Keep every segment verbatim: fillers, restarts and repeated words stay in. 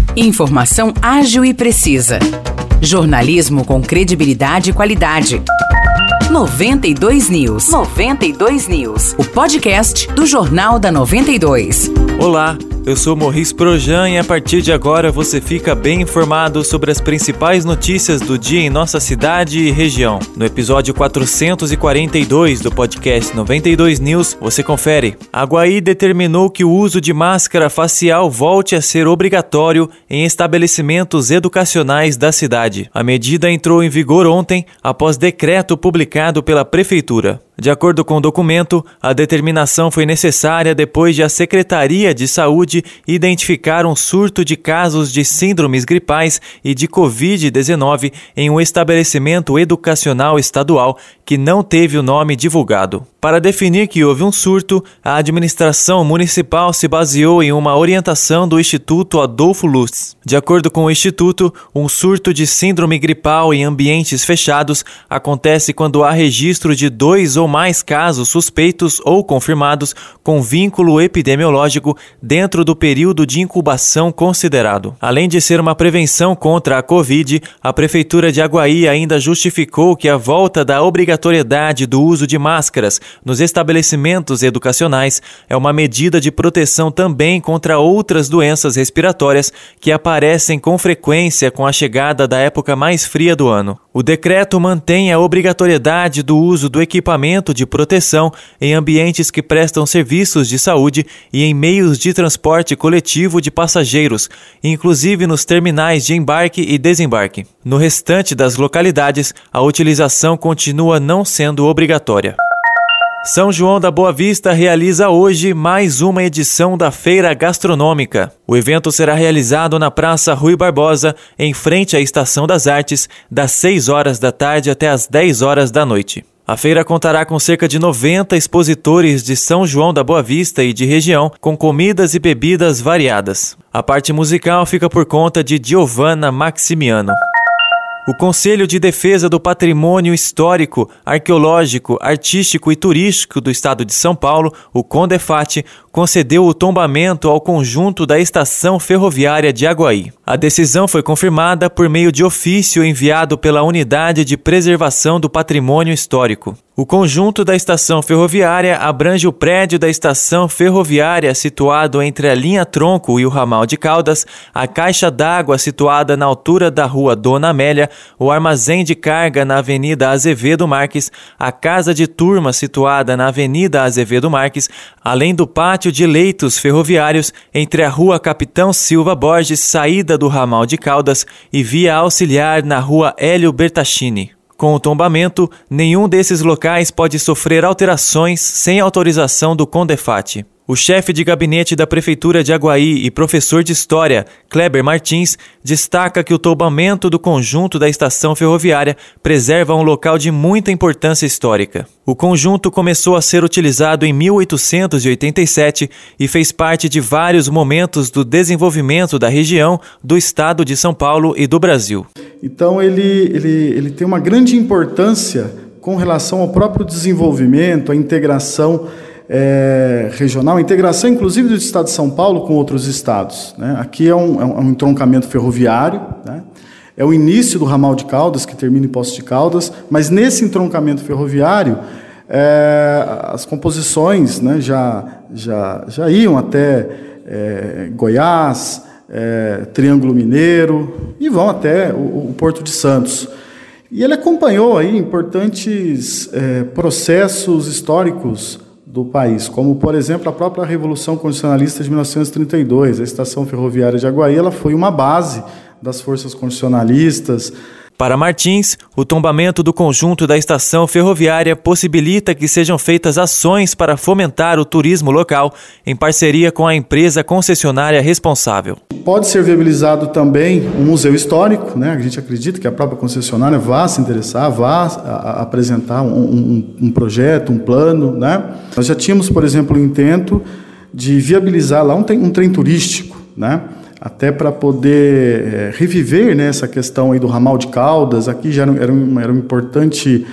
Informação ágil e precisa. Jornalismo com credibilidade e qualidade. noventa e dois News. noventa e dois News. O podcast do Jornal da noventa e dois. Olá, eu sou Morris Projan e a partir de agora você fica bem informado sobre as principais notícias do dia em nossa cidade e região. No episódio quatrocentos e quarenta e dois do podcast noventa e dois News, você confere. Aguaí determinou que o uso de máscara facial volte a ser obrigatório em estabelecimentos educacionais da cidade. A medida entrou em vigor ontem, após decreto publicado pela Prefeitura. De acordo com o documento, a determinação foi necessária depois de a Secretaria de Saúde identificar um surto de casos de síndromes gripais e de covid dezenove em um estabelecimento educacional estadual que não teve o nome divulgado. Para definir que houve um surto, a administração municipal se baseou em uma orientação do Instituto Adolfo Lutz. De acordo com o Instituto, um surto de síndrome gripal em ambientes fechados acontece quando há registro de dois ou mais casos suspeitos ou confirmados com vínculo epidemiológico dentro do período de incubação considerado. Além de ser uma prevenção contra a Covid, a Prefeitura de Aguaí ainda justificou que a volta da obrigatoriedade do uso de máscaras nos estabelecimentos educacionais é uma medida de proteção também contra outras doenças respiratórias que aparecem com frequência com a chegada da época mais fria do ano. O decreto mantém a obrigatoriedade do uso do equipamento de proteção em ambientes que prestam serviços de saúde e em meios de transporte coletivo de passageiros, inclusive nos terminais de embarque e desembarque. No restante das localidades, a utilização continua não sendo obrigatória. São João da Boa Vista realiza hoje mais uma edição da Feira Gastronômica. O evento será realizado na Praça Rui Barbosa, em frente à Estação das Artes, das seis horas da tarde até as dez horas da noite. A feira contará com cerca de noventa expositores de São João da Boa Vista e de região, com comidas e bebidas variadas. A parte musical fica por conta de Giovanna Maximiano. O Conselho de Defesa do Patrimônio Histórico, Arqueológico, Artístico e Turístico do Estado de São Paulo, o CONDEFAT, concedeu o tombamento ao conjunto da Estação Ferroviária de Aguaí. A decisão foi confirmada por meio de ofício enviado pela Unidade de Preservação do Patrimônio Histórico. O conjunto da estação ferroviária abrange o prédio da estação ferroviária situado entre a linha tronco e o ramal de Caldas, a caixa d'água situada na altura da rua Dona Amélia, o armazém de carga na Avenida Azevedo Marques, a casa de turma situada na Avenida Azevedo Marques, além do pátio de leitos ferroviários entre a rua Capitão Silva Borges, saída do ramal de Caldas, e via auxiliar na rua Hélio Bertachini. Com o tombamento, nenhum desses locais pode sofrer alterações sem autorização do CONDEFAT. O chefe de gabinete da Prefeitura de Aguaí e professor de História, Kleber Martins, destaca que o tombamento do conjunto da estação ferroviária preserva um local de muita importância histórica. O conjunto começou a ser utilizado em mil oitocentos e oitenta e sete e fez parte de vários momentos do desenvolvimento da região, do estado de São Paulo e do Brasil. Então ele, ele, ele tem uma grande importância com relação ao próprio desenvolvimento, à integração É, regional, a integração inclusive do estado de São Paulo com outros estados, né? Aqui é um, é um entroncamento ferroviário, né? É o início do ramal de Caldas, que termina em Poços de Caldas, mas nesse entroncamento ferroviário, é, as composições, né, já, já, já iam até é, Goiás, é, Triângulo Mineiro, e vão até o, o Porto de Santos. E ele acompanhou aí importantes é, processos históricos do país, como, por exemplo, a própria Revolução Constitucionalista de mil novecentos e trinta e dois. A Estação Ferroviária de Aguaí ela foi uma base das forças constitucionalistas. Para Martins, o tombamento do conjunto da estação ferroviária possibilita que sejam feitas ações para fomentar o turismo local, em parceria com a empresa concessionária responsável. Pode ser viabilizado também um museu histórico, né? A gente acredita que a própria concessionária vá se interessar, vá a, a apresentar um, um, um projeto, um plano, né? Nós já tínhamos, por exemplo, o intento de viabilizar lá um, um trem turístico, né? Até para poder é, reviver, né, essa questão aí do ramal de Caldas. Aqui já era, era, um, era um importante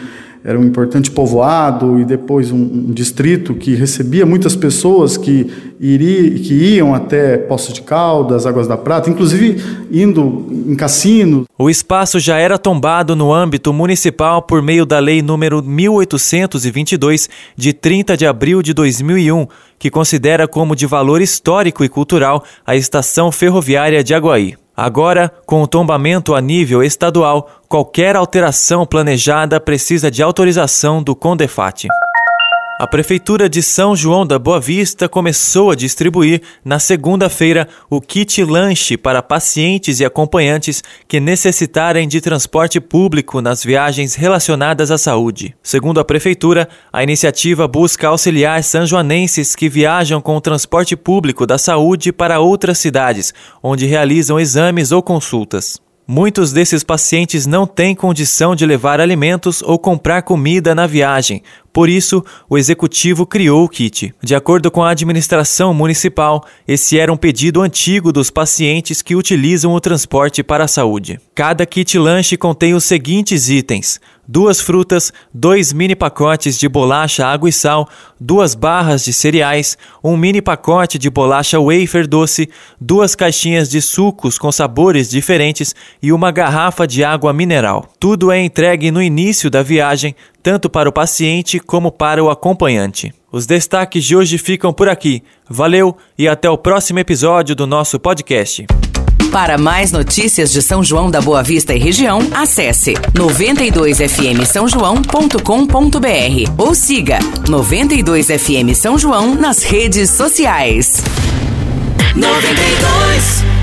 era um importante povoado e depois um, um distrito que recebia muitas pessoas que, iri, que iam até Poços de Caldas, Águas da Prata, inclusive indo em cassinos. O espaço já era tombado no âmbito municipal por meio da Lei número mil oitocentos e vinte e dois, de trinta de abril de dois mil e um, que considera como de valor histórico e cultural a estação ferroviária de Aguaí. Agora, com o tombamento a nível estadual, qualquer alteração planejada precisa de autorização do CONDEFAT. A Prefeitura de São João da Boa Vista começou a distribuir, na segunda-feira, o kit lanche para pacientes e acompanhantes que necessitarem de transporte público nas viagens relacionadas à saúde. Segundo a Prefeitura, a iniciativa busca auxiliar sanjoanenses que viajam com o transporte público da saúde para outras cidades, onde realizam exames ou consultas. Muitos desses pacientes não têm condição de levar alimentos ou comprar comida na viagem. Por isso, o Executivo criou o kit. De acordo com a administração municipal, esse era um pedido antigo dos pacientes que utilizam o transporte para a saúde. Cada kit lanche contém os seguintes itens: duas frutas, dois mini pacotes de bolacha água e sal, duas barras de cereais, um mini pacote de bolacha wafer doce, duas caixinhas de sucos com sabores diferentes e uma garrafa de água mineral. Tudo é entregue no início da viagem, tanto para o paciente como para o acompanhante. Os destaques de hoje ficam por aqui. Valeu e até o próximo episódio do nosso podcast. Para mais notícias de São João da Boa Vista e região, acesse noventa e dois f m são joão ponto com ponto b r ou siga noventa e dois F M São João nas redes sociais. noventa e dois